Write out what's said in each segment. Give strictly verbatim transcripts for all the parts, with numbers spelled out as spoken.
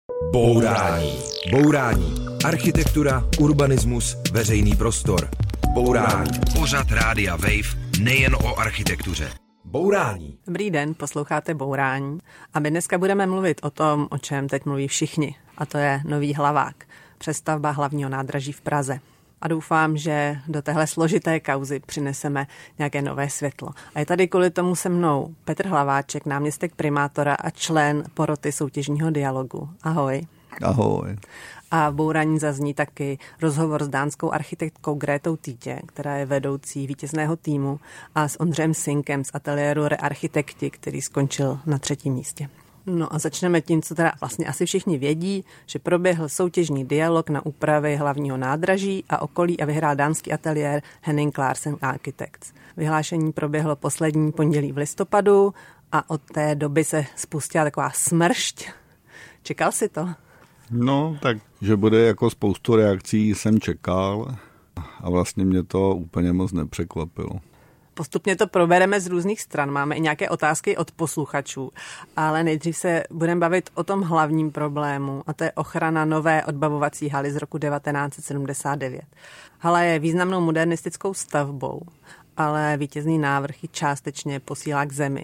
Bourání. Bourání. Architektura, urbanismus, veřejný prostor. Bourání. Pořad Rádia Wave nejen o architektuře. Bourání. Dobrý den, posloucháte Bourání. A my dneska budeme mluvit o tom, o čem teď mluví všichni. A to je Nový Hlavák. Přestavba hlavního nádraží v Praze. A doufám, že do téhle složité kauzy přineseme nějaké nové světlo. A je tady kvůli tomu se mnou Petr Hlaváček, náměstek primátora a člen poroty soutěžního dialogu. Ahoj. Ahoj. A v Bourání zazní taky rozhovor s dánskou architektkou Gretou Týtě, která je vedoucí vítězného týmu, a s Ondřejem Sinkem z ateliéru Rearchitekti, který skončil na třetím místě. No a začneme tím, co teda vlastně asi všichni vědí, že proběhl soutěžní dialog na úpravy hlavního nádraží a okolí a vyhrál dánský ateliér Henning Larsen Architects. Vyhlášení proběhlo poslední pondělí v listopadu a od té doby se spustila taková smršť. Čekal jsi to? No, tak, že bude jako spoustu reakcí, jsem čekal a vlastně mě to úplně moc nepřekvapilo. Postupně to probereme z různých stran, máme i nějaké otázky od posluchačů, ale nejdřív se budeme bavit o tom hlavním problému, a to je ochrana nové odbavovací haly z roku devatenáct set sedmdesát devět. Hala je významnou modernistickou stavbou, ale vítězný návrh ji částečně posílá k zemi.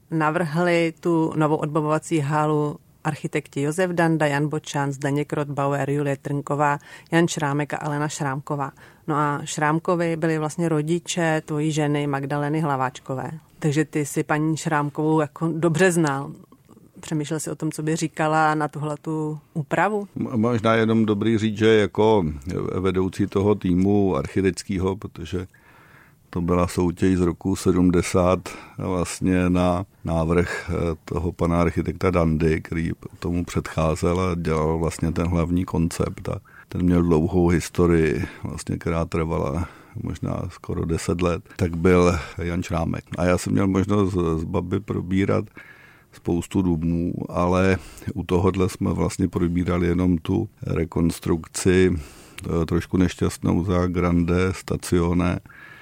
Navrhli tu novou odbavovací halu architekti Josef Danda, Jan Bočan, Zdeněk Rothbauer, Julie Trnková, Jan Šrámek a Alena Šrámková. No a Šrámkovi byli vlastně rodiče tvojí ženy Magdaleny Hlaváčkové. Takže ty si paní Šrámkovou jako dobře znal. Přemýšlel jsi o tom, co by říkala na tuhletu úpravu? Možná jenom dobrý říct, že jako vedoucí toho týmu architektského, protože to byla soutěž z roku sedmdesát vlastně na návrh toho pana architekta Dandy, který tomu předcházel a dělal vlastně ten hlavní koncept. A ten měl dlouhou historii, vlastně, která trvala možná skoro deset let, tak byl Jan Šrámek. A já jsem měl možnost z baby probírat spoustu domů, ale u tohohle jsme vlastně probírali jenom tu rekonstrukci, trošku nešťastnou za Grande Stazione.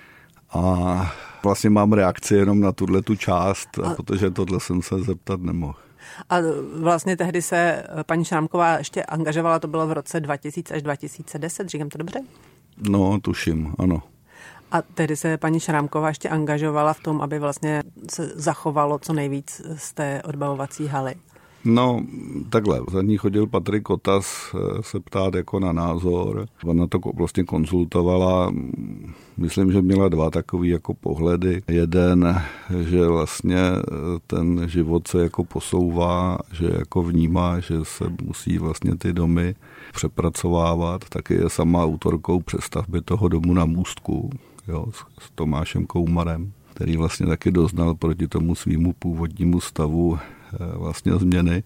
A vlastně mám reakci jenom na tuhle tu část, a... protože tohle jsem se zeptat nemohl. A vlastně tehdy se paní Šrámková ještě angažovala, to bylo v roce dva tisíce až dva tisíce deset, říkám to dobře? No, tuším, ano. A tehdy se paní Šrámková ještě angažovala v tom, aby vlastně se zachovalo co nejvíc z té odbavovací haly. No, takhle, za ní chodil Patrik Kotas se ptát jako na názor. Ona to vlastně konzultovala, myslím, že měla dva takový jako pohledy. Jeden, že vlastně ten život se jako posouvá, že jako vnímá, že se musí vlastně ty domy přepracovávat. Taky je sama autorkou přestavby toho domu na Můstku, jo, s Tomášem Koumarem, který vlastně taky doznal proti tomu svýmu původnímu stavu vlastně změny.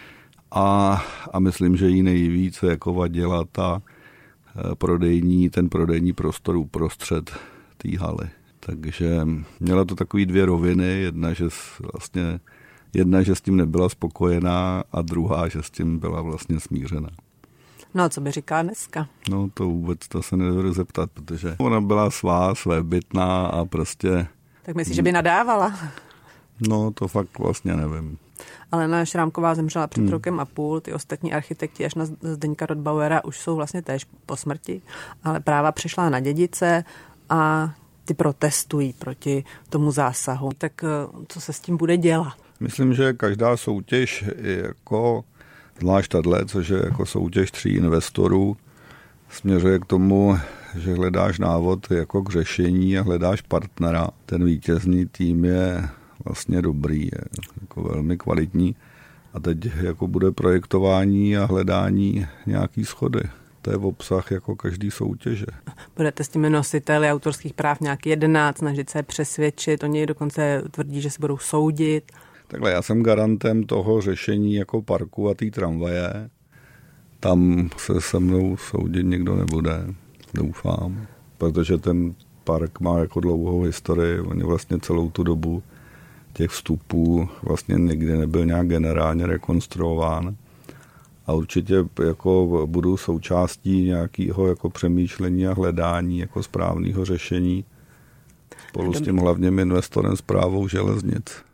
A, a myslím, že jí nejvíce jako vadila ta prodejní, ten prodejní prostor uprostřed té haly. Takže měla to takový dvě roviny. Jedna, že vlastně, jedna, že s tím nebyla spokojená, a druhá, že s tím byla vlastně smířená. No a co by říkala dneska? No to vůbec to se nedovedu zeptat, protože ona byla svá, svébytná a prostě... Tak myslíš, že by nadávala? No to fakt vlastně nevím. Alena Šrámková zemřela před hmm. rokem a půl, ty ostatní architekti až na Zdeňka Rothbauera už jsou vlastně též po smrti, ale práva přišla na dědice a ty protestují proti tomu zásahu. Tak co se s tím bude dělat? Myslím, že každá soutěž je jako, zvlášť tato, což je jako soutěž tří investorů, směřuje k tomu, že hledáš návod jako k řešení a hledáš partnera. Ten vítězný tým je vlastně dobrý, je jako velmi kvalitní. A teď jako bude projektování a hledání nějaký shody. To je v obsah jako každý soutěže. Budete s těmi nositeli autorských práv nějak jednat, snažit se přesvědčit, oni dokonce tvrdí, že se budou soudit. Takhle, já jsem garantem toho řešení jako parku a té tramvaje. Tam se se mnou soudit nikdo nebude, doufám. Protože ten park má jako dlouhou historii, oni vlastně celou tu dobu těch vstupů vlastně nikdy nebyl nějak generálně rekonstruován. A určitě jako budou součástí nějakého jako přemýšlení a hledání jako správného řešení spolu s tím hlavním investorem Správou železnic.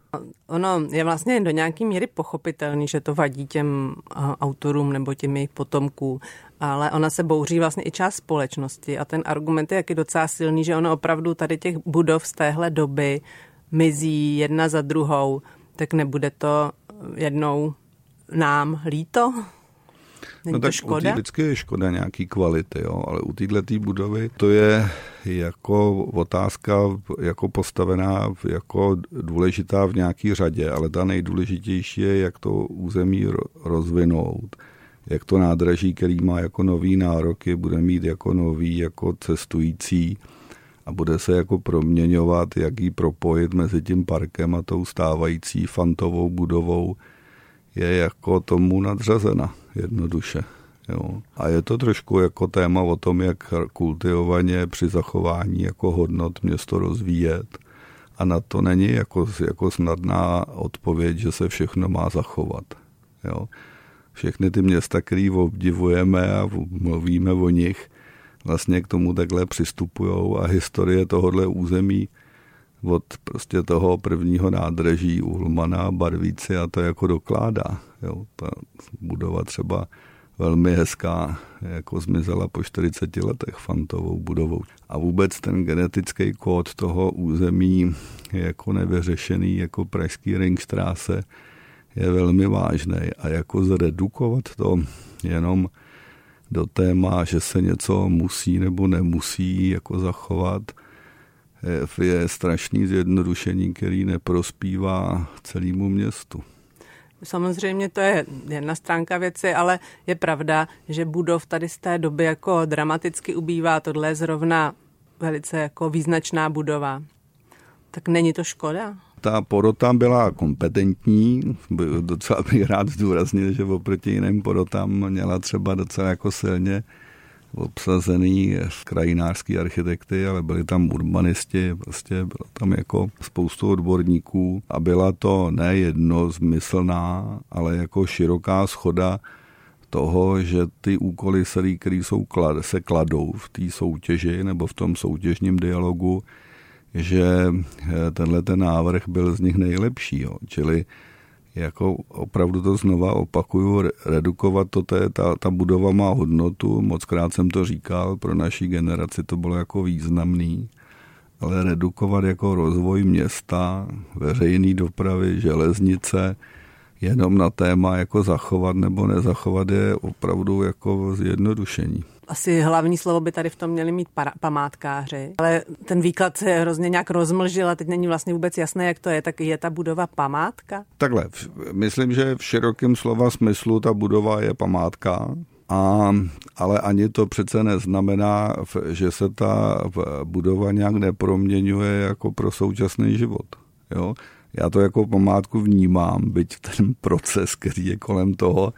Ono je vlastně do nějaký míry pochopitelný, že to vadí těm autorům nebo těm jejich potomků, ale ona se bouří vlastně i část společnosti a ten argument je jaký docela silný, že ono opravdu tady těch budov z téhle doby mizí jedna za druhou, tak nebude to jednou nám líto? Není no to tak škoda? Vždycky je škoda nějaký kvality, jo, ale u této budovy to je jako otázka jako postavená jako důležitá v nějaký řadě, ale ta nejdůležitější je, jak to území rozvinout, jak to nádraží, který má jako nový nároky, bude mít jako nový jako cestující a bude se jako proměňovat, jak ji propojit mezi tím parkem a tou stávající fantovou budovou, je jako tomu nadřazena jednoduše. Jo. A je to trošku jako téma o tom, jak kultivovaně při zachování jako hodnot město rozvíjet. A na to není jako, jako snadná odpověď, že se všechno má zachovat. Jo. Všechny ty města, které obdivujeme a mluvíme o nich, vlastně k tomu takhle přistupujou a historie tohohle území od prostě toho prvního nádraží Uhlmana, Barvíci a to jako dokládá. Jo. Ta budova třeba velmi hezká, jako zmizela po čtyřiceti letech fantovou budovou. A vůbec ten genetický kód toho území je jako nevyřešený, jako pražský Ringstraße je velmi vážný. A jako zredukovat to jenom do téma, že se něco musí nebo nemusí jako zachovat, je strašný zjednodušení, který neprospívá celému městu. Samozřejmě to je jedna stránka věci, ale je pravda, že budov tady z té doby jako dramaticky ubývá. Tohle je zrovna velice jako význačná budova. Tak není to škoda? Ta porota byla kompetentní, docela bych rád zdůraznil, že oproti jiným porotám měla třeba docela jako silně obsazený krajinářský architekty, ale byli tam urbanisti, prostě bylo tam jako spoustu odborníků a byla to nejednozmyslná, ale jako široká shoda toho, že ty úkoly, které jsou klad, se kladou v té soutěži nebo v tom soutěžním dialogu, že tenhle ten návrh byl z nich nejlepší. Jo. Čili jako opravdu to znova opakuju, redukovat to, je, ta, ta budova má hodnotu, mockrát jsem to říkal, pro naší generaci to bylo jako významný, ale redukovat jako rozvoj města, veřejné dopravy, železnice, jenom na téma jako zachovat nebo nezachovat je opravdu jako zjednodušení. Asi hlavní slovo by tady v tom měli mít para- památkáři, ale ten výklad se hrozně nějak rozmlžil a teď není vlastně vůbec jasné, jak to je, tak je ta budova památka? Takhle, myslím, že v širokém slova smyslu ta budova je památka, a, ale ani to přece neznamená, že se ta budova nějak neproměňuje jako pro současný život. Jo? Já to jako památku vnímám, byť ten proces, který je kolem toho,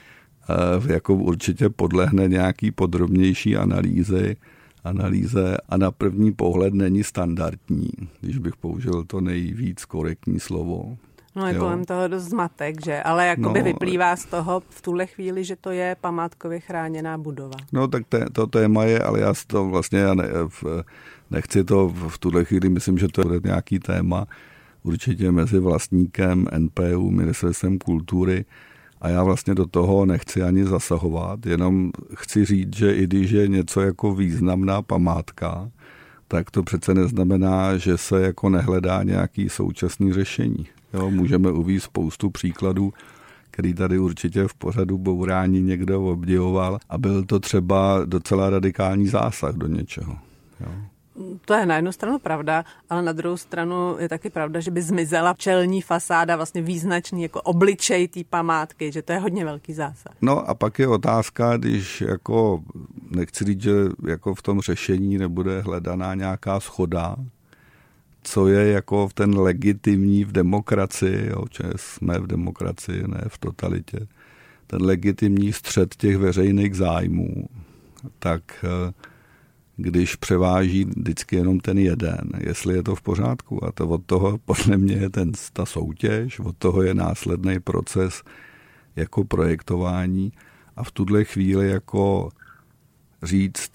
jako určitě podlehne nějaký podrobnější analýzy, analýze a na první pohled není standardní, když bych použil to nejvíc korektní slovo. No je jo. Kolem toho dost zmatek, že? Ale jakoby no, vyplývá z toho v tuhle chvíli, že to je památkově chráněná budova. No tak te, to téma je, ale já to vlastně já ne, nechci to v tuhle chvíli, myslím, že to je nějaký téma určitě mezi vlastníkem N P U, Ministerstvem kultury, a já vlastně do toho nechci ani zasahovat, jenom chci říct, že i když je něco jako významná památka, tak to přece neznamená, že se jako nehledá nějaký současný řešení. Jo, můžeme uvést spoustu příkladů, který tady určitě v pořadu Bourání někdo obdivoval a byl to třeba docela radikální zásah do něčeho. Jo. To je na jednu stranu pravda, ale na druhou stranu je taky pravda, že by zmizela čelní fasáda, vlastně význačný jako obličej té památky, že to je hodně velký zásah. No a pak je otázka, když jako, nechci říct, že jako v tom řešení nebude hledaná nějaká shoda, co je jako ten legitimní v demokracii, jo, že jsme v demokracii, ne v totalitě, ten legitimní střet těch veřejných zájmů, tak když převáží vždycky jenom ten jeden, jestli je to v pořádku. A to od toho podle mě je ten, ta soutěž, od toho je následný proces jako projektování a v tuhle chvíli jako říct,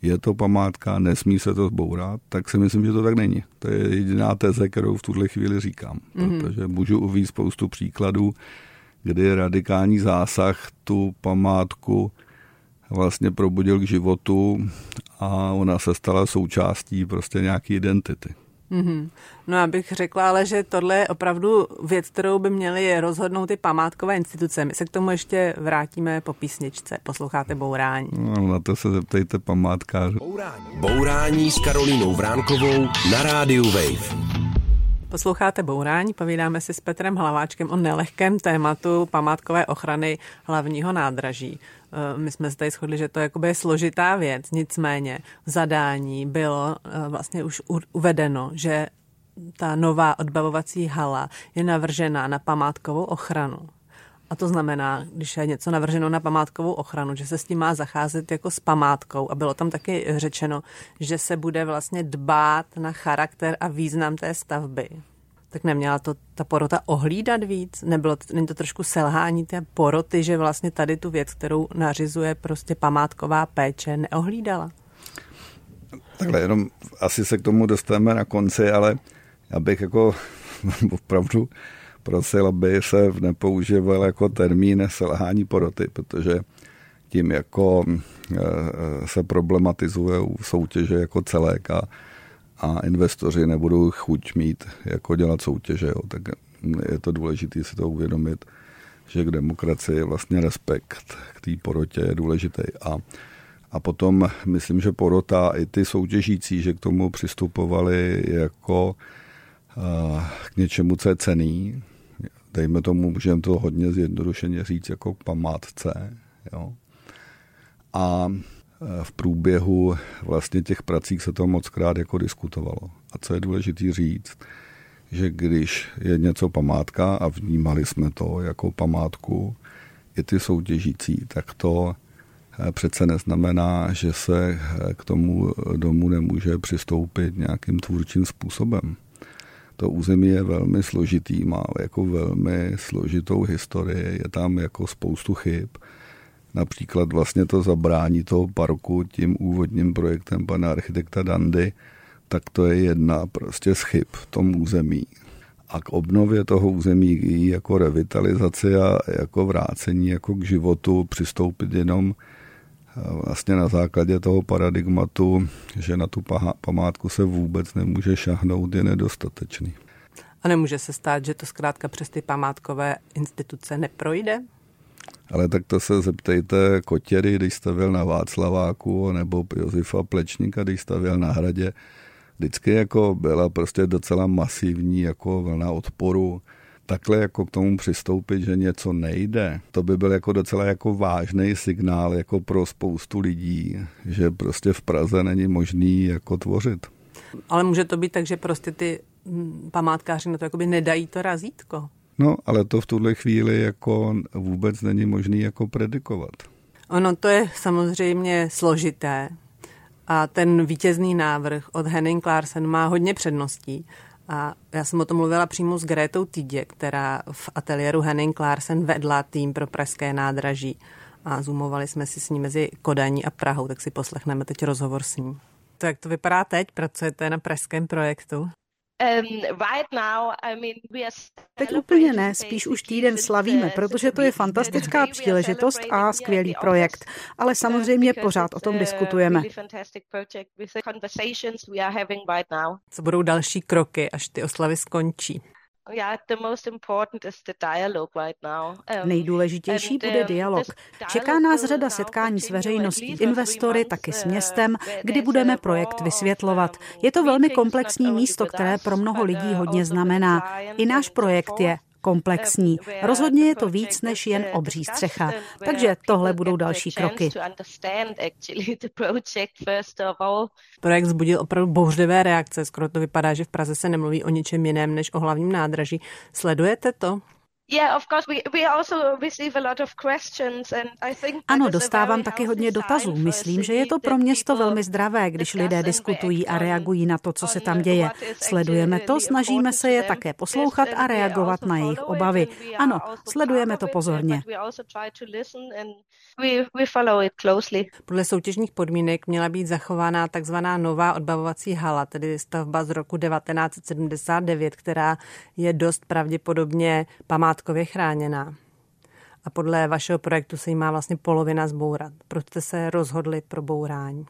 je to památka, nesmí se to zbourat, tak si myslím, že to tak není. To je jediná teze, kterou v tuhle chvíli říkám, mm-hmm. protože můžu uvést spoustu příkladů, kdy radikální zásah tu památku vlastně probudil k životu a ona se stala součástí prostě nějaké identity. Mm-hmm. No já bych řekla, ale že tohle je opravdu věc, kterou by měly rozhodnout ty památkové instituce. My se k tomu ještě vrátíme po písničce. Posloucháte Bourání. No, na to se zeptejte památkářů. Bourání. Bourání s Karolínou Vránkovou na rádiu Wave. Posloucháte Bourání, povídáme si s Petrem Hlaváčkem o nelehkém tématu památkové ochrany hlavního nádraží. My jsme se tady shodli, že to jakoby je složitá věc, nicméně v zadání bylo vlastně už uvedeno, že ta nová odbavovací hala je navržená na památkovou ochranu. A to znamená, když je něco navrženo na památkovou ochranu, že se s tím má zacházet jako s památkou. A bylo tam taky řečeno, že se bude vlastně dbát na charakter a význam té stavby. Tak neměla to ta porota ohlídat víc? Nebylo to, není to trošku selhání té poroty, že vlastně tady tu věc, kterou nařizuje prostě památková péče, neohlídala? Takhle jenom asi se k tomu dostaneme na konci, ale já bych jako opravdu prosil, aby se nepoužíval jako termín selhání poroty, protože tím jako se problematizuje soutěže jako celek a, a investoři nebudou chuť mít jako dělat soutěže. Jo. Tak je to důležité si to uvědomit, že k demokracii vlastně respekt k té porotě je důležitý. A, a potom myslím, že porota i ty soutěžící, že k tomu přistupovali jako k něčemu, co je cenný. Dejme tomu, můžeme to hodně zjednodušeně říct jako k památce. Jo. A v průběhu vlastně těch prací se to mockrát jako diskutovalo. A co je důležité říct, že když je něco památka a vnímali jsme to jako památku, i ty soutěžící, tak to přece neznamená, že se k tomu domu nemůže přistoupit nějakým tvůrčím způsobem. To území je velmi složitý, má jako velmi složitou historii, je tam jako spoustu chyb. Například vlastně to zabrání toho parku tím úvodním projektem pana architekta Dandy, tak to je jedna prostě z chyb v tom území. A k obnově toho území jako revitalizaci a jako vrácení jako k životu přistoupit jenom vlastně na základě toho paradigmatu, že na tu památku se vůbec nemůže šahnout, je nedostatečný. A nemůže se stát, že to zkrátka přes ty památkové instituce neprojde? Ale tak to se zeptejte Kotěry, když stavěl na Václaváku, nebo Josefa Plečníka, když stavěl na Hradě. Vždycky jako byla prostě docela masivní jako vlna odporu. Takhle jako k tomu přistoupit, že něco nejde, to by byl jako docela jako vážný signál jako pro spoustu lidí, že prostě v Praze není možný jako tvořit. Ale může to být tak, že prostě ty památkáři na to jakoby nedají to razítko? No, ale to v tuhle chvíli jako vůbec není možný jako predikovat. Ono to je samozřejmě složité a ten vítězný návrh od Henning Larsen má hodně předností. A já jsem o tom mluvila přímo s Grétou Týdě, která v ateliéru Henning Larsen vedla tým pro pražské nádraží. A zoomovali jsme si s ní mezi Kodaní a Prahou, tak si poslechneme teď rozhovor s ní. To jak to vypadá teď? Pracujete na pražském projektu? Teď úplně ne, spíš už týden slavíme, protože to je fantastická příležitost a skvělý projekt. Ale samozřejmě pořád o tom diskutujeme. Co budou další kroky, až ty oslavy skončí? Nejdůležitější bude dialog. Čeká nás řada setkání s veřejností, investory, taky s městem, kdy budeme projekt vysvětlovat. Je to velmi komplexní místo, které pro mnoho lidí hodně znamená. I náš projekt je komplexní. Rozhodně je to víc než jen obří střecha. Takže tohle budou další kroky. Projekt vzbudil opravdu bouřlivé reakce. Skoro to vypadá, že v Praze se nemluví o ničem jiném než o hlavním nádraží. Sledujete to? Ano, dostávám taky hodně dotazů. Myslím, že je to pro město velmi zdravé, když lidé diskutují a reagují na to, co se tam děje. Sledujeme to, snažíme se je také poslouchat a reagovat na jejich obavy. Ano, sledujeme to pozorně. Podle soutěžních podmínek měla být zachována takzvaná nová odbavovací hala, tedy stavba z roku devatenáct set sedmdesát devět, která je dost pravděpodobně památkově chráněná. A podle vašeho projektu se jí má vlastně polovina zbourat. Proč jste se rozhodli pro bourání?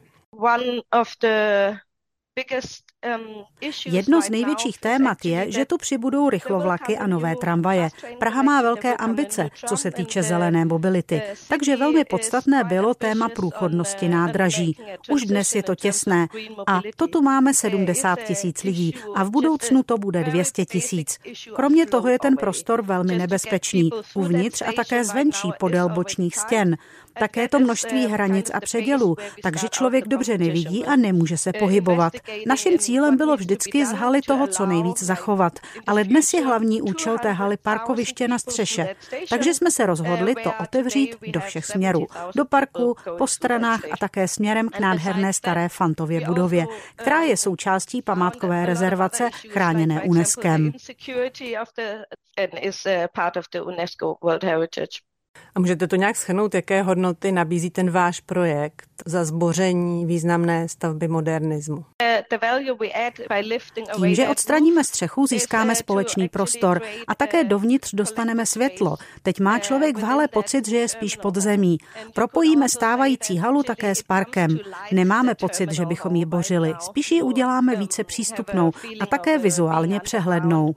Jedno z největších témat je, že tu přibudou rychlovlaky a nové tramvaje. Praha má velké ambice, co se týče zelené mobility, takže velmi podstatné bylo téma průchodnosti nádraží. Už dnes je to těsné a to tu máme sedmdesát tisíc lidí a v budoucnu to bude dvě stě tisíc. Kromě toho je ten prostor velmi nebezpečný, uvnitř a také zvenčí podél bočních stěn. Také to množství hranic a předělů, takže člověk dobře nevidí a nemůže se pohybovat. Naším cílem bylo vždycky z haly toho co nejvíc zachovat, ale dnes je hlavní účel té haly parkoviště na střeše. Takže jsme se rozhodli to otevřít do všech směrů. Do parku, po stranách a také směrem k nádherné staré Fantově budově, která je součástí památkové rezervace chráněné UNESCOem. A můžete to nějak shrnout, jaké hodnoty nabízí ten váš projekt za zboření významné stavby modernismu? Tím, že odstraníme střechu, získáme společný prostor a také dovnitř dostaneme světlo. Teď má člověk v hale pocit, že je spíš pod zemí. Propojíme stávající halu také s parkem. Nemáme pocit, že bychom ji bořili. Spíš ji uděláme více přístupnou a také vizuálně přehlednou.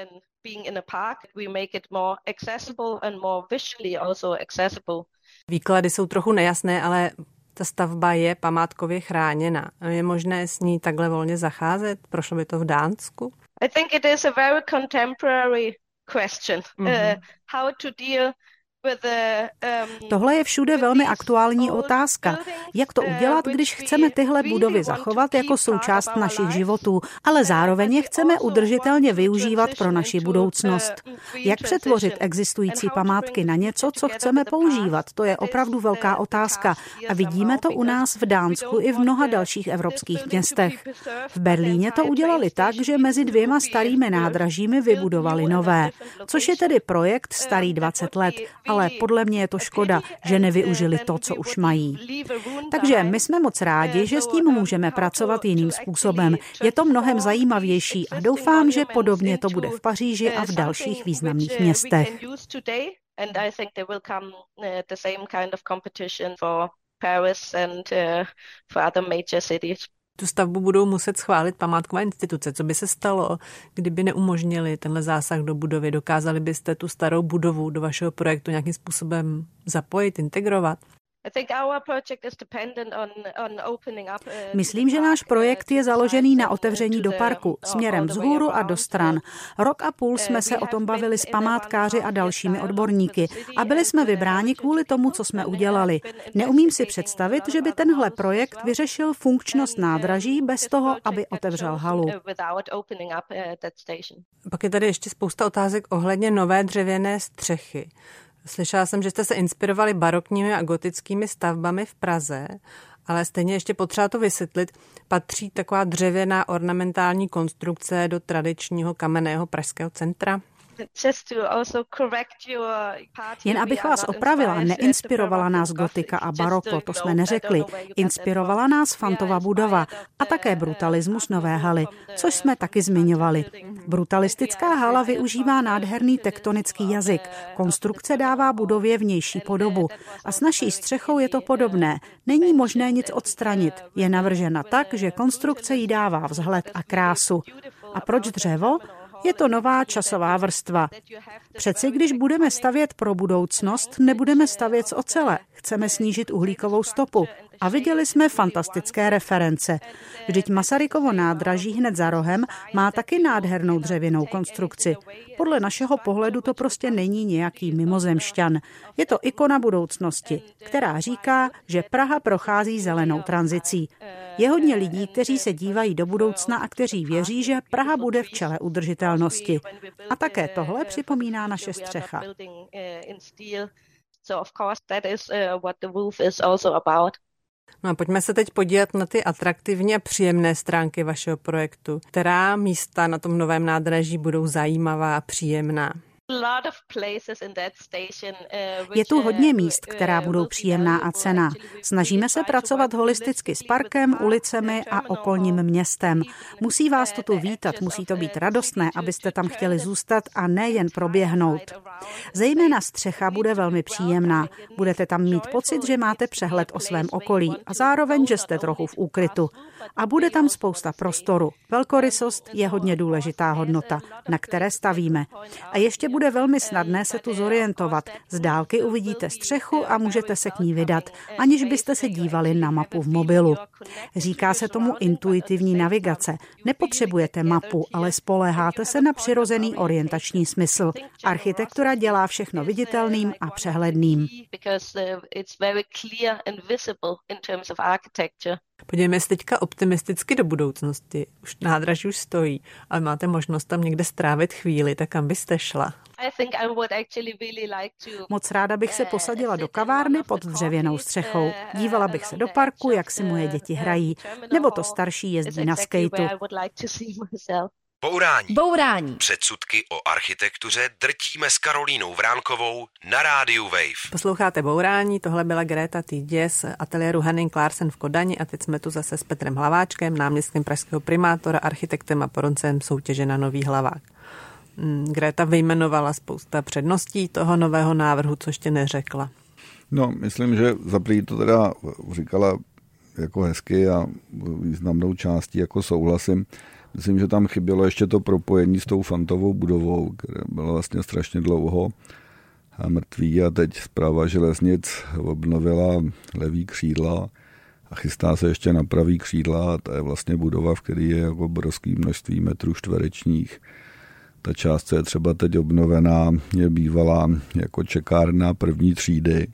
Výklady jsou trochu nejasné, ale ta stavba je památkově chráněna. Je možné s ní takhle volně zacházet? Prošlo by to v Dánsku? I think it is a very contemporary question. Mm-hmm. Uh, how to deal Tohle je všude velmi aktuální otázka. Jak to udělat, když chceme tyhle budovy zachovat jako součást našich životů, ale zároveň je chceme udržitelně využívat pro naši budoucnost? Jak přetvořit existující památky na něco, co chceme používat? To je opravdu velká otázka a vidíme to u nás v Dánsku i v mnoha dalších evropských městech. V Berlíně to udělali tak, že mezi dvěma starými nádražími vybudovali nové, což je tedy projekt starý dvacet let, ale podle mě je to škoda, že nevyužili to, co už mají. Takže my jsme moc rádi, že s tím můžeme pracovat jiným způsobem. Je to mnohem zajímavější a doufám, že podobně to bude v Paříži a v dalších významných městech. Tu stavbu budou muset schválit památkové instituce. Co by se stalo, kdyby neumožnili tenhle zásah do budovy? Dokázali byste tu starou budovu do vašeho projektu nějakým způsobem zapojit, integrovat? Myslím, že náš projekt je založený na otevření do parku, směrem vzhůru a do stran. Rok a půl jsme se o tom bavili s památkáři a dalšími odborníky a byli jsme vybráni kvůli tomu, co jsme udělali. Neumím si představit, že by tenhle projekt vyřešil funkčnost nádraží bez toho, aby otevřel halu. Pak je tady ještě spousta otázek ohledně nové dřevěné střechy. Slyšela jsem, že jste se inspirovali barokními a gotickými stavbami v Praze, ale stejně ještě potřeba to vysvětlit. Patří taková dřevěná ornamentální konstrukce do tradičního kamenného pražského centra? Jen abych vás opravila, neinspirovala nás gotika a baroko, to jsme neřekli. Inspirovala nás Fantova budova a také brutalismus Nové haly, což jsme taky zmiňovali. Brutalistická hala využívá nádherný tektonický jazyk. Konstrukce dává budově vnější podobu. A s naší střechou je to podobné. Není možné nic odstranit. Je navržena tak, že konstrukce jí dává vzhled a krásu. A proč dřevo? Je to nová časová vrstva. Přeci, když budeme stavět pro budoucnost, nebudeme stavět z ocele. Chceme snížit uhlíkovou stopu. A viděli jsme fantastické reference. Vždyť Masarykovo nádraží hned za rohem má taky nádhernou dřevěnou konstrukci. Podle našeho pohledu to prostě není nějaký mimozemšťan. Je to ikona budoucnosti, která říká, že Praha prochází zelenou tranzicí. Je hodně lidí, kteří se dívají do budoucna a kteří věří, že Praha bude v čele udržitelnosti. A také tohle připomíná naše střecha. No a pojďme se teď podívat na ty atraktivní a příjemné stránky vašeho projektu. Která místa na tom novém nádraží budou zajímavá a příjemná? Je tu hodně míst, která budou příjemná a cenná. Snažíme se pracovat holisticky s parkem, ulicemi a okolním městem. Musí vás to tu vítat, musí to být radostné, abyste tam chtěli zůstat a ne jen proběhnout. Zejména střecha bude velmi příjemná. Budete tam mít pocit, že máte přehled o svém okolí a zároveň, že jste trochu v úkrytu. A bude tam spousta prostoru. Velkorysost je hodně důležitá hodnota, na které stavíme. A ještě bude velmi snadné se tu zorientovat. Z dálky uvidíte střechu a můžete se k ní vydat, aniž byste se dívali na mapu v mobilu. Říká se tomu intuitivní navigace. Nepotřebujete mapu, ale spoléháte se na přirozený orientační smysl. Architektura dělá všechno viditelným a přehledným. Podívejme se teďka optimisticky do budoucnosti. Už nádraží už stojí, ale máte možnost tam někde strávit chvíli, tak kam byste šla? Moc ráda bych se posadila do kavárny pod dřevěnou střechou. Dívala bych se do parku, jak si moje děti hrají, nebo to starší jezdí na skateu. Bourání. Bourání. Předsudky o architektuře drtíme s Karolínou Vránkovou na rádiu Wave. Posloucháte Bourání, tohle byla Greta Týdě z ateliéru Henning Larsen v Kodani a teď jsme tu zase s Petrem Hlaváčkem, náměstkem pražského primátora, architektem a porodcem soutěže na Nový Hlavák. Greta vyjmenovala spousta předností toho nového návrhu, co ještě neřekla. No, myslím, že za prý to teda říkala jako hezky a významnou částí jako souhlasím. Myslím, že tam chybělo ještě to propojení s tou Fantovou budovou, která byla vlastně strašně dlouho a mrtví a teď Správa železnic obnovila levý křídla a chystá se ještě na pravý křídla a to je vlastně budova, v které je jako obrovské množství metrů čtverečních. Ta část je třeba teď obnovená, je bývalá jako čekárna první třídy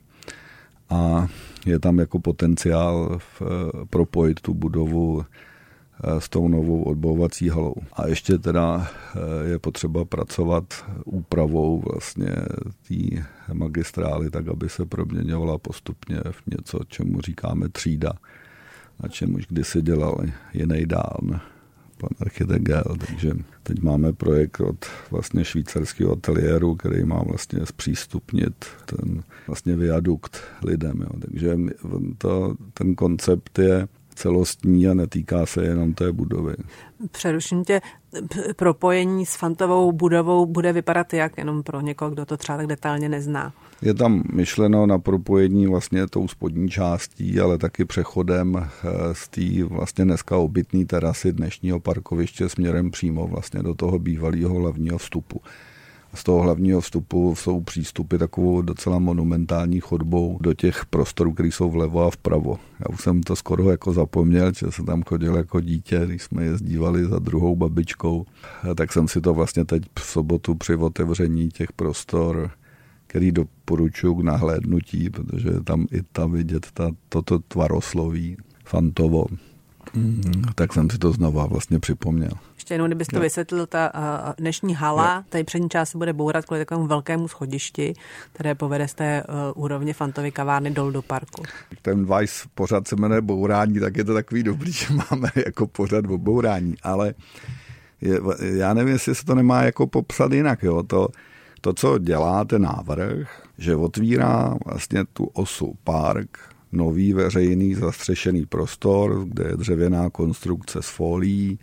a je tam jako potenciál v, propojit tu budovu s tou novou odbavovací halou. A ještě teda je potřeba pracovat úpravou vlastně té magistrály, tak aby se proměňovala postupně v něco, čemu říkáme třída, na čem už kdysi dělal jiný dán, pan architekt Gell. Takže teď máme projekt od vlastně švýcarského ateliéru, který má vlastně zpřístupnit ten vlastně viadukt lidem. Jo. Takže to, ten koncept je celostní a netýká se jenom té budovy. Přeruším tě, propojení s Fantovou budovou bude vypadat jak, jenom pro někoho, kdo to třeba tak detailně nezná? Je tam myšleno na propojení vlastně tou spodní částí, ale taky přechodem z té vlastně dneska obytné terasy dnešního parkoviště směrem přímo vlastně do toho bývalého hlavního vstupu. Z toho hlavního vstupu jsou přístupy takovou docela monumentální chodbou do těch prostorů, které jsou vlevo a vpravo. Já už jsem to skoro jako zapomněl, že jsem tam chodil jako dítě, když jsme jezdívali za druhou babičkou. Tak jsem si to vlastně teď v sobotu při otevření těch prostor, který doporučuji k nahlédnutí, protože je tam i tam vidět ta, toto tvarosloví Fantovo. Mm, tak jsem si to znova vlastně připomněl. Ještě jednou, kdybyste to vysvětlil, ta uh, dnešní hala, jo. Tady přední část se bude bourat kvůli takovému velkému schodišti, které povede z té uh, úrovně Fantovy kavárny dolů do parku. Ten Vice pořad se jmenuje Bourání, tak je to takový dobrý, že máme jako pořad o bourání, ale je, já nevím, jestli se to nemá jako popsat jinak. Jo. To, to, co dělá ten návrh, že otvírá vlastně tu osu park, nový veřejný zastřešený prostor, kde je dřevěná konstrukce s folií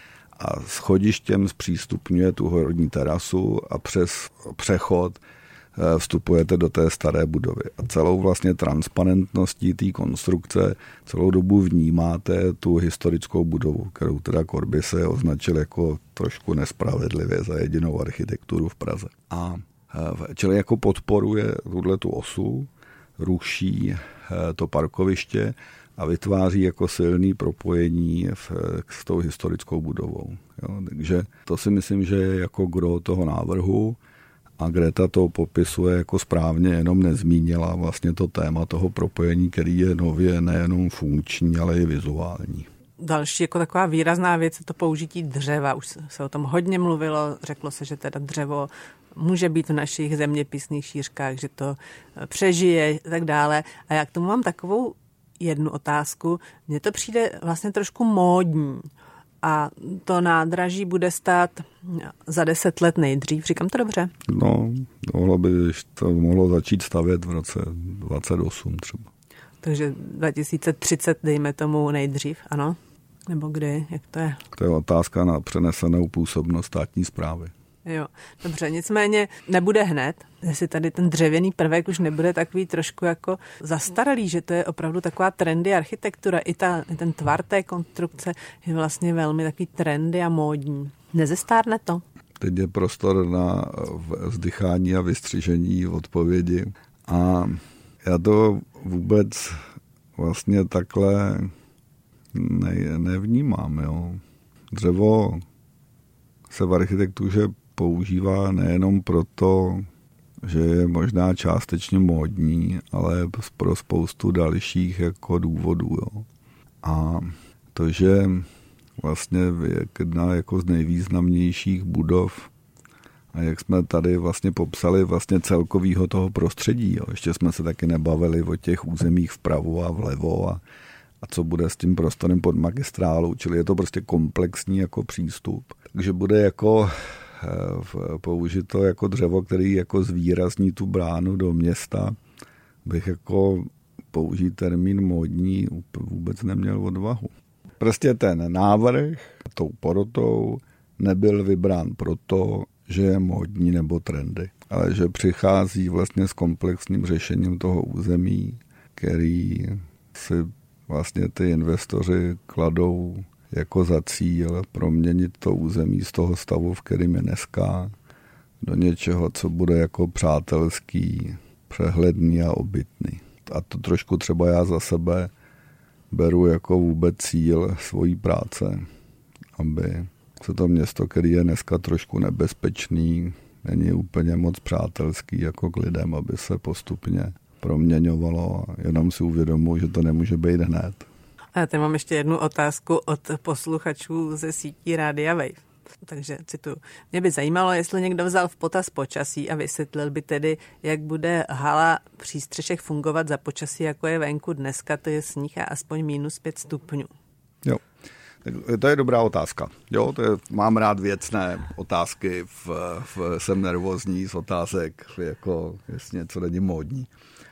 a schodištěm zpřístupňuje tu horní terasu a přes přechod vstupujete do té staré budovy. A celou vlastně transparentností té konstrukce celou dobu vnímáte tu historickou budovu, kterou teda Corbusier označil jako trošku nespravedlivě za jedinou architekturu v Praze. A čili jako podporuje tuhletu osu, ruší to parkoviště a vytváří jako silný propojení v, s tou historickou budovou. Jo. Takže to si myslím, že je jako gro toho návrhu a Greta to popisuje jako správně, jenom nezmínila vlastně to téma toho propojení, který je nově nejenom funkční, ale i vizuální. Další jako taková výrazná věc je to použití dřeva. Už se o tom hodně mluvilo, řeklo se, že teda dřevo může být v našich zeměpisných šířkách, že to přežije a tak dále. A já k tomu mám takovou jednu otázku. Mně to přijde vlastně trošku módní. A to nádraží bude stát za deset let nejdřív. Říkám to dobře? No, mohlo by to mohlo začít stavět v roce dvacet osm třeba. Takže dva tisíce třicet dejme tomu nejdřív, ano? Nebo kdy? Jak to je? To je otázka na přenesenou působnost státní správy. Jo, dobře, nicméně nebude hned, jestli tady ten dřevěný prvek už nebude takový trošku jako zastaralý, že to je opravdu taková trendy architektura, i, ta, i ten tvar té konstrukce je vlastně velmi takový trendy a módní. Nezestárne to? Teď je prostor na vzdychání a vystřižení odpovědi a já to vůbec vlastně takhle ne, nevnímám. Jo. Dřevo se v architektuře používá nejenom proto, že je možná částečně módní, ale pro spoustu dalších jako důvodů. Jo. A to, že vlastně jedna jako z nejvýznamnějších budov, a jak jsme tady vlastně popsali vlastně celkovýho toho prostředí. Jo. Ještě jsme se taky nebavili o těch územích vpravo a vlevo a, a co bude s tím prostorem pod magistrálou, čili je to prostě komplexní jako přístup. Takže bude jako použito jako dřevo, který jako zvýrazní tu bránu do města, bych jako použít termín módní vůbec neměl odvahu. Prostě ten návrh tou porotou nebyl vybrán proto, že je módní nebo trendy, ale že přichází vlastně s komplexním řešením toho území, který si vlastně ty investoři kladou jako za cíl proměnit to území z toho stavu, v kterém je dneska, do něčeho, co bude jako přátelský, přehledný a obytný. A to trošku třeba já za sebe beru jako vůbec cíl svojí práce, aby se to město, který je dneska trošku nebezpečný, není úplně moc přátelský jako k lidem, aby se postupně proměňovalo a jenom si uvědomuji, že to nemůže být hned. A já tady mám ještě jednu otázku od posluchačů ze sítí Rádia Wave. Takže cituju. Mě by zajímalo, jestli někdo vzal v potaz počasí a vysvětlil by tedy, jak bude hala přístřešek fungovat za počasí, jako je venku dneska, to je sníh a aspoň minus pět stupňů. Jo, to je dobrá otázka. Jo, to je, mám rád věcné otázky, v, v, jsem nervózní z otázek, jako jestli něco není módní.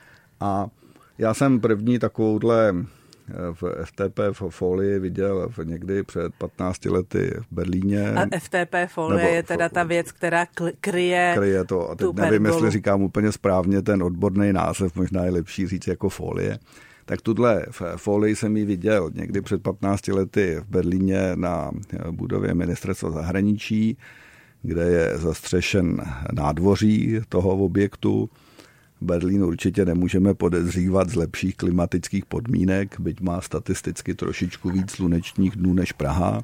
A já jsem první takovouhle v F T P folii viděl někdy před patnácti lety v Berlíně. A F T P folie je teda ta věc, která kryje, kryje to. A teď nevím, jestli říkám úplně správně ten odborný název, možná je lepší říct jako folie. Tak tuhle folii jsem ji viděl někdy před patnácti lety v Berlíně na budově ministerstva zahraničí, kde je zastřešen nádvoří toho objektu. Berlín určitě nemůžeme podezřívat z lepších klimatických podmínek, byť má statisticky trošičku víc slunečních dnů než Praha.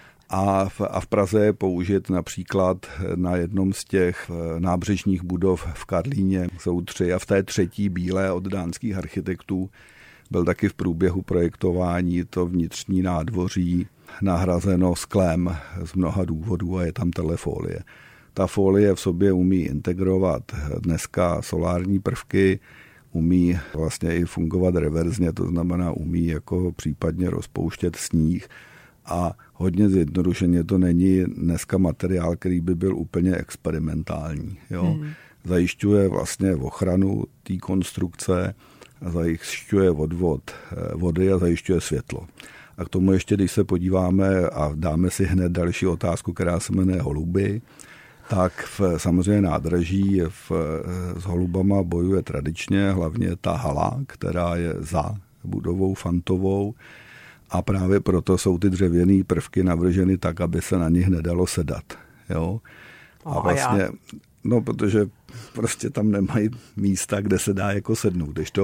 A v, a v Praze je použit například na jednom z těch nábřežních budov v Karlíně. Jsou tři a v té třetí bílé od dánských architektů byl taky v průběhu projektování to vnitřní nádvoří nahrazeno sklem z mnoha důvodů a je tam telefolie. Ta folie v sobě umí integrovat dneska solární prvky, umí vlastně i fungovat reverzně, to znamená umí jako případně rozpouštět sníh a hodně zjednodušeně to není dneska materiál, který by byl úplně experimentální. Jo. Hmm. Zajišťuje vlastně ochranu té konstrukce, zajišťuje odvod vody a zajišťuje světlo. A k tomu ještě, když se podíváme a dáme si hned další otázku, která se jmenuje holuby, tak v, samozřejmě nádraží v, s holubama bojuje tradičně, hlavně ta hala, která je za budovou Fantovou a právě proto jsou ty dřevěné prvky navrženy tak, aby se na nich nedalo sedat. Jo? A vlastně, no protože prostě tam nemají místa, kde se dá jako sednout. Když to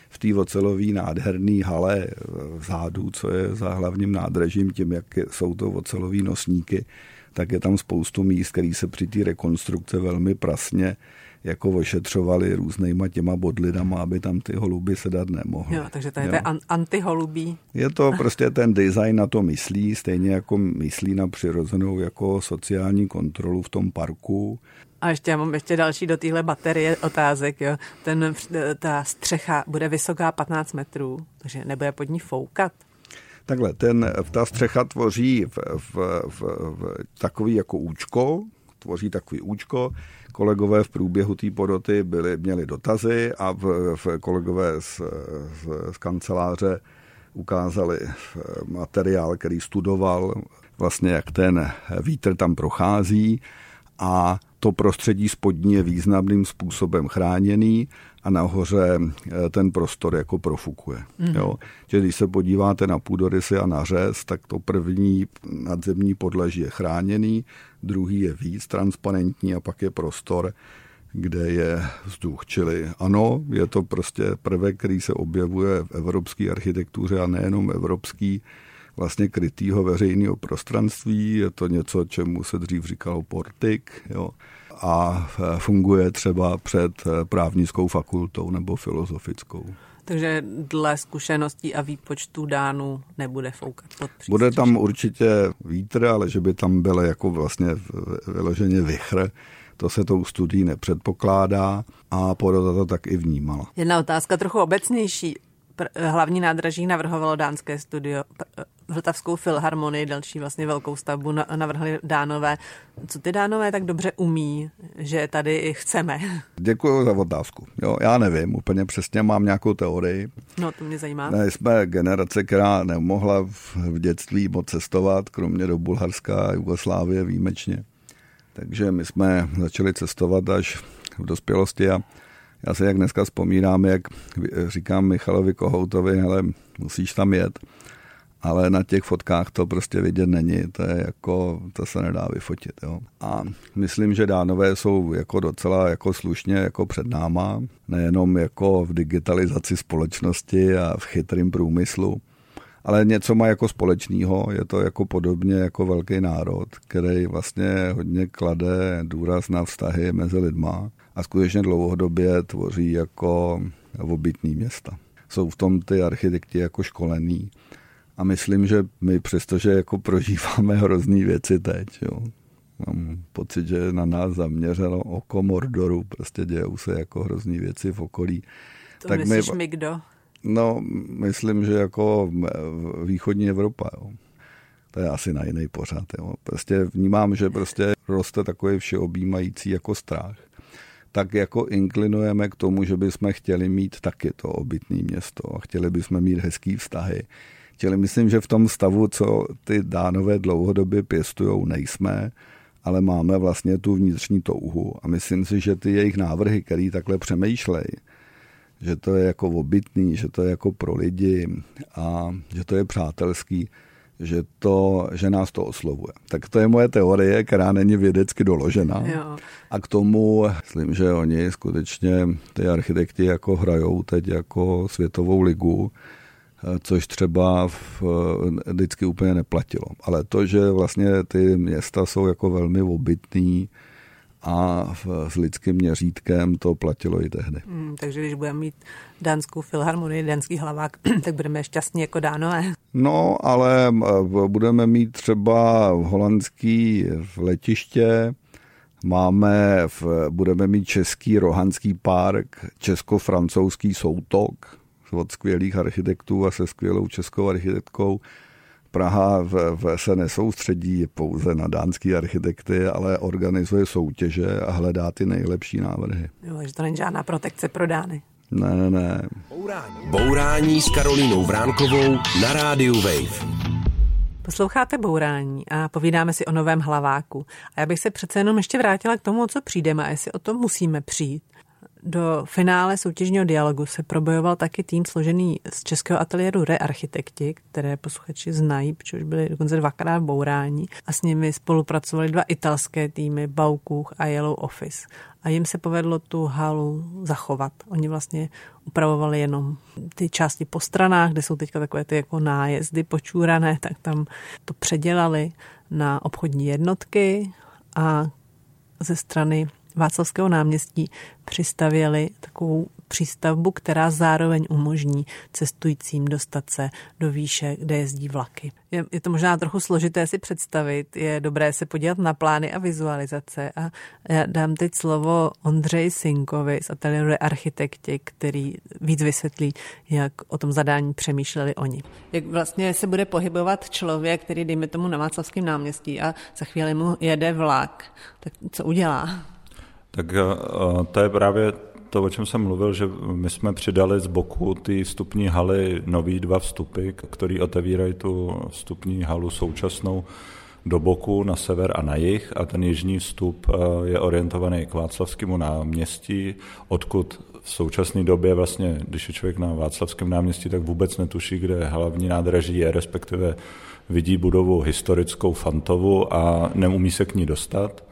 v té ocelové nádherné hale vzadu, co je za hlavním nádražím, tím, jak jsou to ocelové nosníky, tak je tam spoustu míst, který se při té rekonstrukce velmi prasně jako ošetřovali různýma těma bodlinama, aby tam ty holuby sedat nemohly. Jo, takže to je to antiholubí. Je to prostě ten design na to myslí, stejně jako myslí na přirozenou jako sociální kontrolu v tom parku. A ještě já mám ještě další do téhle baterie otázek. Jo. Ten, ta střecha bude vysoká patnáct metrů, takže nebude pod ní foukat. Takhle, ten, ta střecha tvoří v, v, v, v takový jako účko, tvoří takový účko. Kolegové v průběhu té poroty byli, měli dotazy a v, v kolegové z, z, z kanceláře ukázali materiál, který studoval vlastně, jak ten vítr tam prochází a to prostředí spodní je významným způsobem chráněný a nahoře ten prostor jako profukuje. Mm. Jo. Že když se podíváte na půdorysy a na řez, tak to první nadzemní podlaží je chráněný, druhý je víc transparentní a pak je prostor, kde je vzduch. Čili ano, je to prostě prvek, který se objevuje v evropské architektuře a nejenom evropský, vlastně krytýho veřejného prostranství. Je to něco, čemu se dřív říkalo portik, jo. A funguje třeba před právnickou fakultou nebo filozofickou. Takže dle zkušeností a výpočtů Dánů nebude foukat pod přístřeší. Bude tam určitě vítr, ale že by tam byl jako vlastně vyloženě vichr, to se tou studií nepředpokládá a porota to tak i vnímala. Jedna otázka trochu obecnější. Hlavní nádraží navrhovalo dánské studio, Vltavskou filharmonii, další vlastně velkou stavbu navrhli Dánové. Co ty Dánové tak dobře umí, že tady chceme? Děkuji za otázku. Jo, já nevím, úplně přesně mám nějakou teorii. No, to mě zajímá. Ne, jsme generace, která nemohla v dětství moc cestovat, kromě do Bulharska a Jugoslávie výjimečně. Takže my jsme začali cestovat až v dospělosti a já si jak dneska vzpomínám, jak říkám Michalovi Kohoutovi, hele, musíš tam jet, ale na těch fotkách to prostě vidět není, to je jako, to se nedá vyfotit, jo. A myslím, že Dánové jsou jako docela jako slušně jako před náma, nejenom jako v digitalizaci společnosti a v chytrým průmyslu, ale něco má jako společného, je to jako podobně jako velký národ, který vlastně hodně klade důraz na vztahy mezi lidma a skutečně dlouhodobě tvoří jako obytný města. Jsou v tom ty architekti jako školení a myslím, že my přestože jako prožíváme hrozný věci teď, jo. Mám pocit, že na nás zaměřilo oko Mordoru, prostě dějou se jako hrozný věci v okolí. To tak myslíš my, my kdo? No, myslím, že jako východní Evropa, jo. To je asi na jiný pořad, jo. Prostě vnímám, že prostě roste takový všeobjímající jako strach. Tak jako inklinujeme k tomu, že bychom chtěli mít taky to obytné město a chtěli bychom mít hezký vztahy. Čili myslím, že v tom stavu, co ty Dánové dlouhodobě pěstujou, nejsme, ale máme vlastně tu vnitřní touhu. A myslím si, že ty jejich návrhy, který takhle přemýšlejí, že to je jako obytný, že to je jako pro lidi a že to je přátelský, že, to, že nás to oslovuje. Tak to je moje teorie, která není vědecky doložená. Jo. A k tomu myslím, že oni skutečně ty architekti jako hrajou teď jako světovou ligu, což třeba v, vždycky úplně neplatilo. Ale to, že vlastně ty města jsou jako velmi obytný a s lidským měřítkem, to platilo i tehdy. Hmm, takže když budeme mít dánskou filharmonii, dánský hlavák, tak budeme šťastní jako Dánové. No, ale budeme mít třeba holandský letiště, máme, v, budeme mít český Rohanský park, česko-francouzský soutok od skvělých architektů a se skvělou českou architektkou. Praha v, v, se nesoustředí pouze na dánský architekty, ale organizuje soutěže a hledá ty nejlepší návrhy. Jo, že to není žádná protekce pro Dány. Ne, ne, ne. Bourání. Bourání s Karolínou Vránkovou na rádiu Wave. Posloucháte Bourání a povídáme si o novém hlaváku. A já bych se přece jenom ještě vrátila k tomu, o co přijdeme a jestli o tom musíme přijít. Do finále soutěžního dialogu se probojoval taky tým složený z českého ateliéru Re-architekti, které posluchači znají, protože už byli dokonce dvakrát v Bourání, a s nimi spolupracovali dva italské týmy, Baukuch a Yellow Office. A jim se povedlo tu halu zachovat. Oni vlastně upravovali jenom ty části po stranách, kde jsou teďka takové ty jako nájezdy počúrané, tak tam to předělali na obchodní jednotky a ze strany Václavského náměstí přistavěli takovou přístavbu, která zároveň umožní cestujícím dostat se do výše, kde jezdí vlaky. Je, je to možná trochu složité si představit, je dobré se podívat na plány a vizualizace a já dám teď slovo Ondřeji Sinkovi z ateliéru Re-architekti, který víc vysvětlí, jak o tom zadání přemýšleli oni. Jak vlastně se bude pohybovat člověk, který dejme tomu na Václavském náměstí a za chvíli mu jede vlak, tak co udělá? Tak to je právě to, o čem jsem mluvil, že my jsme přidali z boku ty vstupní haly nový dva vstupy, které otevírají tu vstupní halu současnou do boku na sever a na jih a ten jižní vstup je orientovaný k Václavskému náměstí, odkud v současné době vlastně, když je člověk na Václavském náměstí, tak vůbec netuší, kde hlavní nádraží je, respektive vidí budovu historickou Fantovu a neumí se k ní dostat.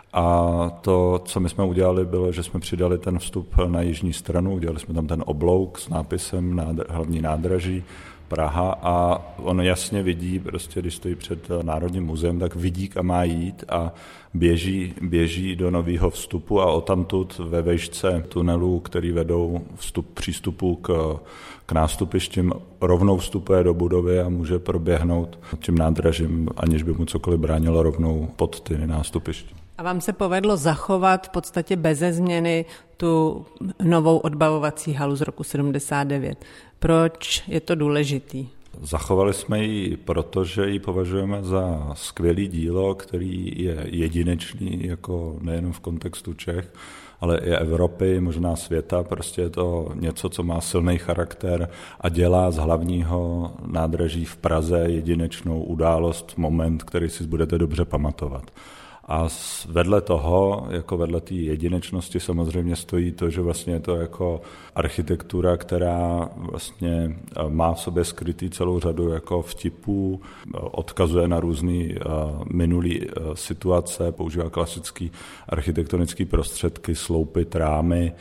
A to, co my jsme udělali, bylo, že jsme přidali ten vstup na jižní stranu, udělali jsme tam ten oblouk s nápisem nádr- hlavní nádraží Praha a on jasně vidí, prostě když stojí před Národním muzeem, tak vidí, kam má jít a běží, běží do nového vstupu a odtamtud ve vejšce tunelů, který vedou vstup, přístupu k, k nástupištím, rovnou vstupuje do budovy a může proběhnout tím nádražím, aniž by mu cokoliv bránilo rovnou pod ty nástupiště. A vám se povedlo zachovat v podstatě beze změny tu novou odbavovací halu z roku sedmdesát devět. Proč je to důležitý? Zachovali jsme ji, protože ji považujeme za skvělý dílo, který je jedinečný jako nejen v kontextu Čech, ale i Evropy, možná světa. Prostě je to něco, co má silný charakter a dělá z hlavního nádraží v Praze jedinečnou událost, moment, který si budete dobře pamatovat. A vedle toho, jako vedle té jedinečnosti samozřejmě stojí to, že vlastně je to jako architektura, která vlastně má v sobě skrytý celou řadu jako vtipů, odkazuje na různé minulé situace, používá klasické architektonické prostředky, sloupy, trámy,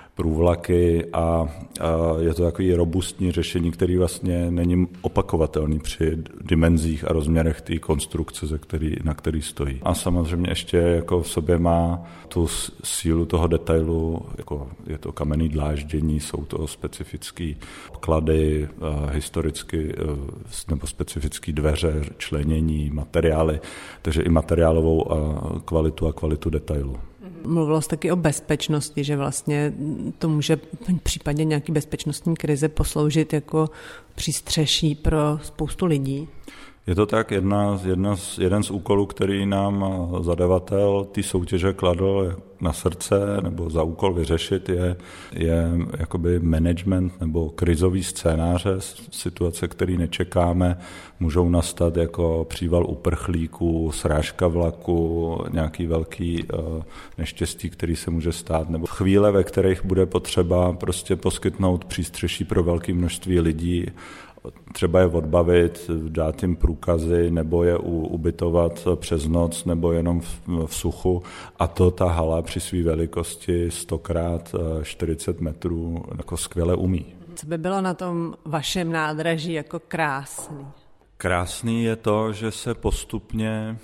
průvlaky a, a je to takový robustní řešení, který vlastně není opakovatelný při dimenzích a rozměrech té konstrukce, ze který, na který stojí. A samozřejmě ještě jako v sobě má tu sílu toho detailu, jako je to kamenné dláždění, jsou to specifické klady, historicky nebo specifické dveře, členění, materiály, takže i materiálovou kvalitu a kvalitu detailu. Mluvilo se taky o bezpečnosti, že vlastně to může v případě nějaké bezpečnostní krize posloužit jako přístřeší pro spoustu lidí. Je to tak, jedna, jedna z, jeden z úkolů, který nám zadavatel té soutěže kladl na srdce nebo za úkol vyřešit, je, je jakoby management nebo krizový scénáře, situace, které nečekáme, můžou nastat jako příval uprchlíků, srážka vlaku, nějaký velký uh, neštěstí, který se může stát, nebo chvíle, ve kterých bude potřeba prostě poskytnout přístřeší pro velké množství lidí, třeba je odbavit, dát jim průkazy, nebo je ubytovat přes noc, nebo jenom v, v suchu. A to ta hala při své velikosti sto krát čtyřicet metrů jako skvěle umí. Co by bylo na tom vašem nádraží jako krásný? Krásný je to, že se postupně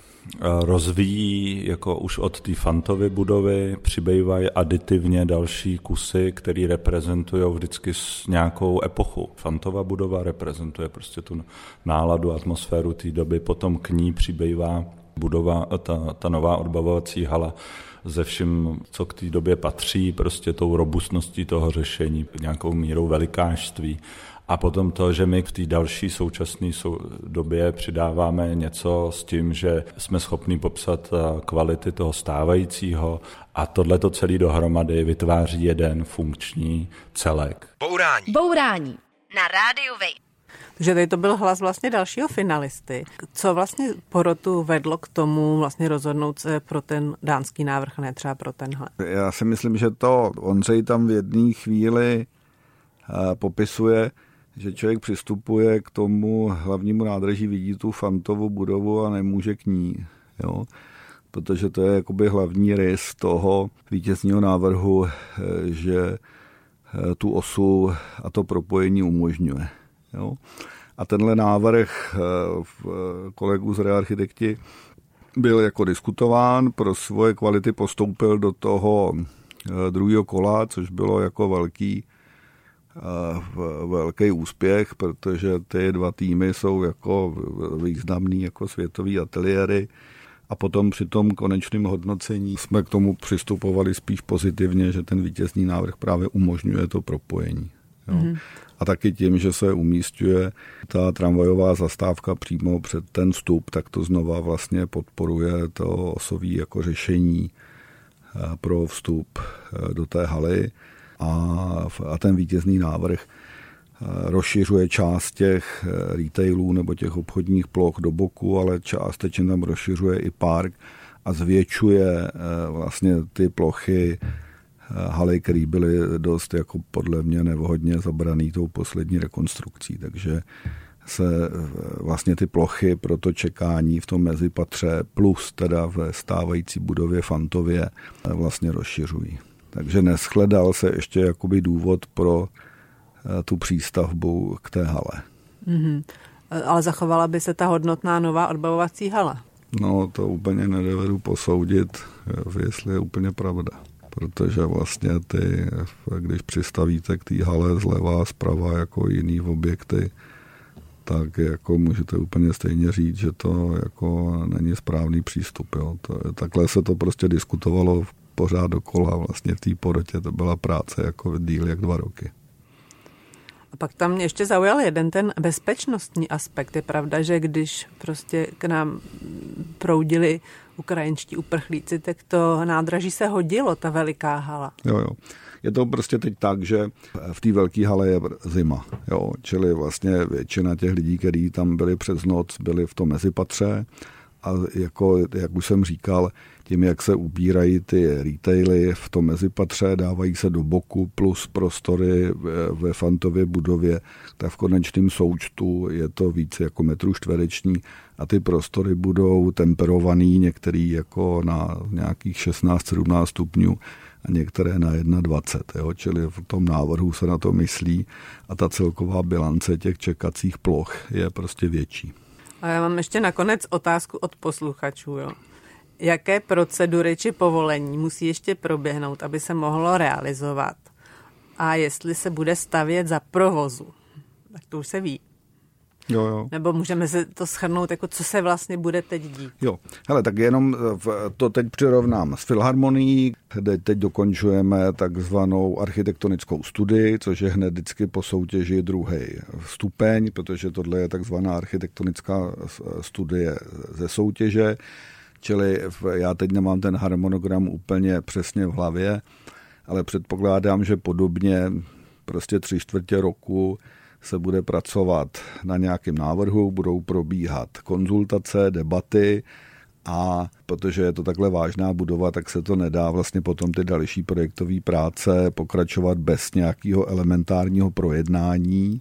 rozvíjí jako už od té Fantovy budovy, přibývají aditivně další kusy, které reprezentují vždycky nějakou epochu. Fantova budova reprezentuje prostě tu náladu, atmosféru té doby, potom k ní přibývá budova, ta, ta nová odbavovací hala ze vším, co k té době patří, prostě tou robustností toho řešení, nějakou mírou velikářství. A potom to, že my v té další současné době přidáváme něco s tím, že jsme schopni popsat kvality toho stávajícího a tohleto celé dohromady vytváří jeden funkční celek. Bourání. Bourání na rádiu Wave. Takže tady to byl hlas vlastně dalšího finalisty. Co vlastně porotu vedlo k tomu vlastně rozhodnout se pro ten dánský návrh, ne třeba pro tenhle? Já si myslím, že to Ondřej tam v jedné chvíli popisuje, že člověk přistupuje k tomu hlavnímu nádraží, vidí tu Fantovu budovu a nemůže k ní, jo. Protože to je jakoby hlavní rys toho vítězního návrhu, že tu osu a to propojení umožňuje. Jo. A tenhle návrh kolegů z Rearchitekti byl jako diskutován, pro svoje kvality postoupil do toho druhého kola, což bylo jako velký, velký úspěch, protože ty dva týmy jsou jako významný jako světový ateliéry. A potom při tom konečném hodnocení jsme k tomu přistupovali spíš pozitivně, že ten vítězný návrh právě umožňuje to propojení. Jo. Mm. A taky tím, že se umísťuje ta tramvajová zastávka přímo před ten vstup, tak to znova vlastně podporuje to osové jako řešení pro vstup do té haly. A, a ten vítězný návrh rozšiřuje část těch retailů nebo těch obchodních ploch do boku, ale částečně tam rozšiřuje i park a zvětšuje vlastně ty plochy haly, které byly dost jako podle mě nevhodně zabraný tou poslední rekonstrukcí. Takže se vlastně ty plochy pro to čekání v tom mezipatře plus teda ve stávající budově Fantově vlastně rozšiřují. Takže neschledal se ještě jakoby důvod pro tu přístavbu k té hale. Mm-hmm. Ale zachovala by se ta hodnotná nová odbavovací hala? No to úplně nedovedu posoudit, jestli je úplně pravda. Protože vlastně ty, když přistavíte k té hale zleva, zprava jako jiný objekty, tak jako můžete úplně stejně říct, že to jako není správný přístup. Jo. To je, takhle se to prostě diskutovalo pořád dokola. Vlastně v té porotě to byla práce jako díl jak dva roky. A pak tam mě ještě zaujal jeden ten bezpečnostní aspekt. Je pravda, že když prostě k nám proudili ukrajinští uprchlíci, tak to nádraží se hodilo, ta veliká hala. Jo, jo. Je to prostě teď tak, že v té velké hale je zima. Jo. Čili vlastně většina těch lidí, kteří tam byli přes noc, byli v tom mezipatře. A jako, jak už jsem říkal, tím, jak se ubírají ty retaily v tom mezipatře, dávají se do boku plus prostory ve Fantově budově, tak v konečném součtu je to víc jako metru čtvereční a ty prostory budou temperovaný, některý jako na nějakých šestnáct sedmnáct stupňů a některé na dvacet jedna, jo? Čili v tom návrhu se na to myslí a ta celková bilance těch čekacích ploch je prostě větší. A já mám ještě nakonec otázku od posluchačů. Jo. Jaké procedury či povolení musí ještě proběhnout, aby se mohlo realizovat? A jestli se bude stavět za provozu? Tak to už se ví. Jo, jo. Nebo můžeme se to shrnout, jako co se vlastně bude teď dít? Jo, hele, tak jenom to teď přirovnám s Filharmonií, kde teď dokončujeme takzvanou architektonickou studii, což je hned vždycky po soutěži druhý stupeň, protože tohle je takzvaná architektonická studie ze soutěže, čili já teď nemám ten harmonogram úplně přesně v hlavě, ale předpokládám, že podobně prostě tři čtvrtě roku se bude pracovat na nějakém návrhu, budou probíhat konzultace, debaty a protože je to takhle vážná budova, tak se to nedá vlastně potom ty další projektové práce pokračovat bez nějakého elementárního projednání.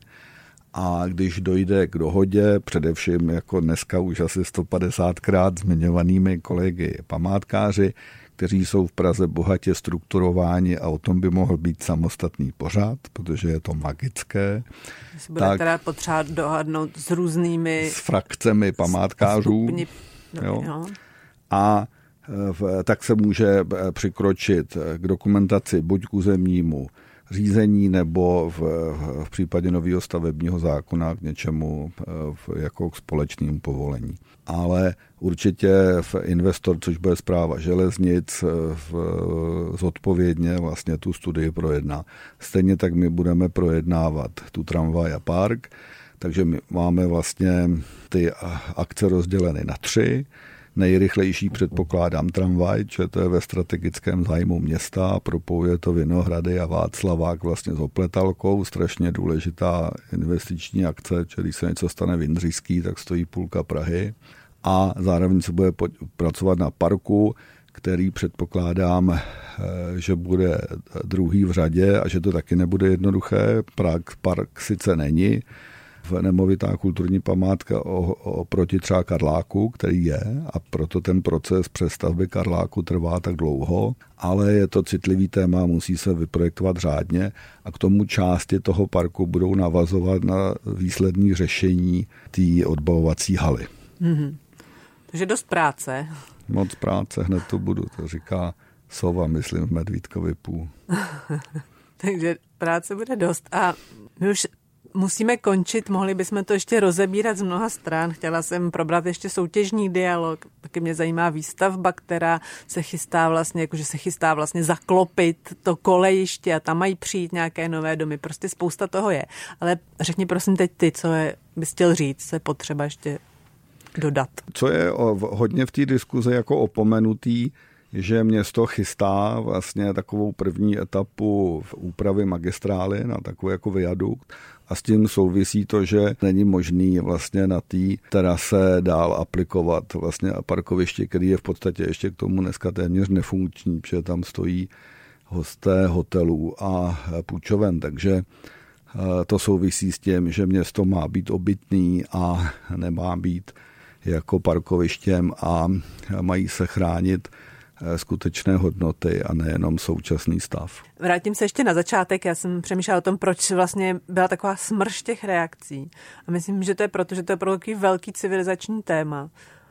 A když dojde k dohodě, především jako dneska už asi sto padesátkrát zmiňovanými kolegy památkáři, kteří jsou v Praze bohatě strukturováni a o tom by mohl být samostatný pořad, protože je to magické. Se bude tak, teda potřeba dohodnout s různými... S frakcemi památkářů. Stupni, jo. Jo. A v, tak se může přikročit k dokumentaci buď k územnímu řízení nebo v, v případě nového stavebního zákona k něčemu v, jako k společnému povolení. Ale určitě v investor, což bude správa železnic, v, zodpovědně vlastně tu studii projedná. Stejně tak my budeme projednávat tu tramvaj a park, takže my máme vlastně ty akce rozděleny na tři. nejrychlejší předpokládám tramvaj, že to je ve strategickém zájmu města, propojuje to Vinohrady a Václavák vlastně s Opletalkou, strašně důležitá investiční akce, když se něco stane v Jindřišský, tak stojí půlka Prahy a zároveň se bude pracovat na parku, který předpokládám, že bude druhý v řadě a že to taky nebude jednoduché. Park, park sice není nemovitá kulturní památka oproti třeba Karláku, který je, a proto ten proces přestavby Karláku trvá tak dlouho, ale je to citlivý téma, musí se vyprojektovat řádně a k tomu části toho parku budou navazovat na výslední řešení té odbavovací haly. Mm-hmm. Takže dost práce. Moc práce, hned to budu, to říká sova, myslím, v Medvídkovi půl. Takže práce bude dost a my už musíme končit, mohli bychom to ještě rozebírat z mnoha stran. Chtěla jsem probrat ještě soutěžní dialog, taky mě zajímá výstavba, která se chystá vlastně, jakože se chystá vlastně zaklopit to kolejiště a tam mají přijít nějaké nové domy, prostě spousta toho je. Ale řekni prosím teď ty, co je, bys chtěl říct, co je potřeba ještě dodat. Co je o, hodně v té diskuzi jako opomenutý, že město chystá vlastně takovou první etapu v úpravy magistrály na takový jako viadukt a s tím souvisí to, že není možný vlastně na té terase dál aplikovat vlastně parkoviště, který je v podstatě ještě k tomu dneska téměř nefunkční, protože tam stojí hosté hotelů a půjčoven, takže to souvisí s tím, že město má být obytný a nemá být jako parkovištěm a mají se chránit skutečné hodnoty a nejenom současný stav. Vrátím se ještě na začátek. Já jsem přemýšlela o tom, proč vlastně byla taková smršť těch reakcí. A myslím, že to je proto, že to je pro takový velký civilizační téma.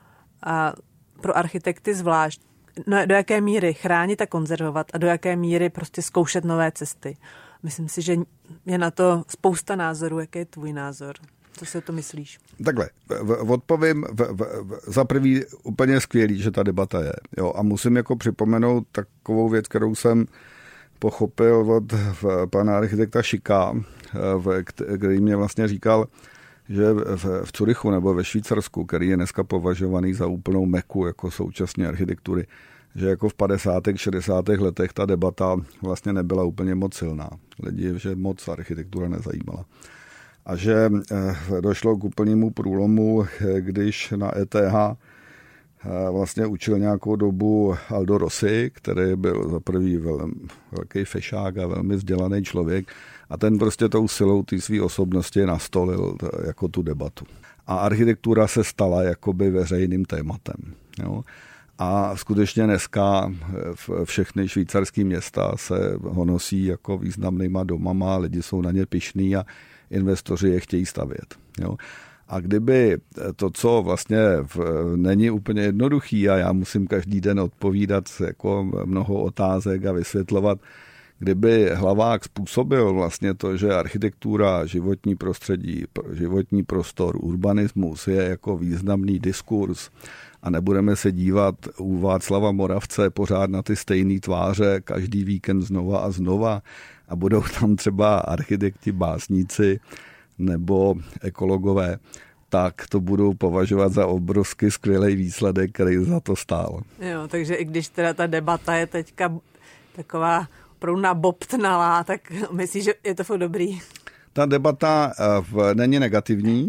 A pro architekty zvlášť. No, do jaké míry chránit a konzervovat a do jaké míry prostě zkoušet nové cesty. Myslím si, že je na to spousta názorů. Jaký je tvůj názor? Co si o to myslíš? Takhle, v, odpovím v, v, v, za prvý úplně skvělý, že ta debata je. Jo, a musím jako připomenout takovou věc, kterou jsem pochopil od v, pana architekta Šika, v, který mě vlastně říkal, že v, v Curychu nebo ve Švýcarsku, který je dneska považovaný za úplnou meku jako současné architektury, že jako v padesátých, šedesátých letech ta debata vlastně nebyla úplně moc silná. Lidi, že moc architektura nezajímala. A že došlo k úplnému průlomu, když na E T H vlastně učil nějakou dobu Aldo Rossi, který byl za prvý velmi, velký fešák a velmi vzdělaný člověk a ten prostě tou silou té své osobnosti nastolil jako tu debatu. A architektura se stala jakoby veřejným tématem. Jo? A skutečně dneska všechny švýcarské města se honosí jako významnýma domama, lidi jsou na ně pyšní a investoři je chtějí stavět. Jo. A kdyby to, co vlastně v, není úplně jednoduchý a já musím každý den odpovídat jako mnoho otázek a vysvětlovat, kdyby Hlavák způsobil vlastně to, že architektura, životní prostředí, životní prostor, urbanismus je jako významný diskurs a nebudeme se dívat u Václava Moravce pořád na ty stejné tváře každý víkend znova a znova a budou tam třeba architekti, básníci nebo ekologové, tak to budou považovat za obrovský skvělý výsledek, který za to stál. Jo, takže i když teda ta debata je teďka taková opravdu nabobtnalá, tak myslíš, že je to fakt dobrý? Ta debata v, není negativní,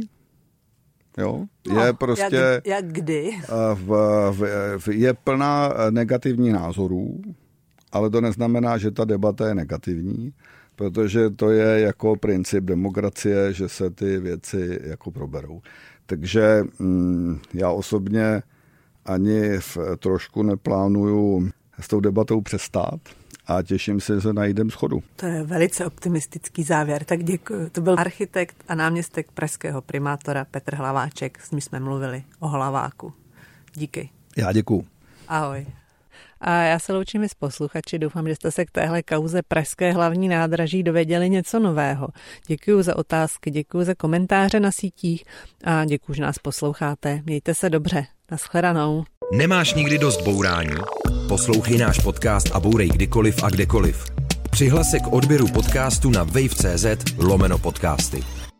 jo, no, je prostě... Jak, jak kdy? V, v, v, je plná negativních názorů, ale to neznamená, že ta debata je negativní, protože to je jako princip demokracie, že se ty věci jako proberou. Takže mm, já osobně ani v, trošku neplánuju s tou debatou přestát a těším se, že najdem shodu. To je velice optimistický závěr, tak děkuji. To byl architekt a náměstek pražského primátora Petr Hlaváček, s ním jsme mluvili o Hlaváku. Díky. Já děkuju. Ahoj. A já se loučím i s posluchači. Doufám, že jste se k téhle kauze Pražské hlavní nádraží dověděli něco nového. Děkuju za otázky, děkuju za komentáře na sítích a děkuju, že nás posloucháte. Mějte se dobře. Naschledanou. Nemáš nikdy dost bourání? Poslouchej náš podcast a bourej kdykoliv a kdekoliv. Přihlas se k odběru podcastu na wave tečka cz lomeno podcasty.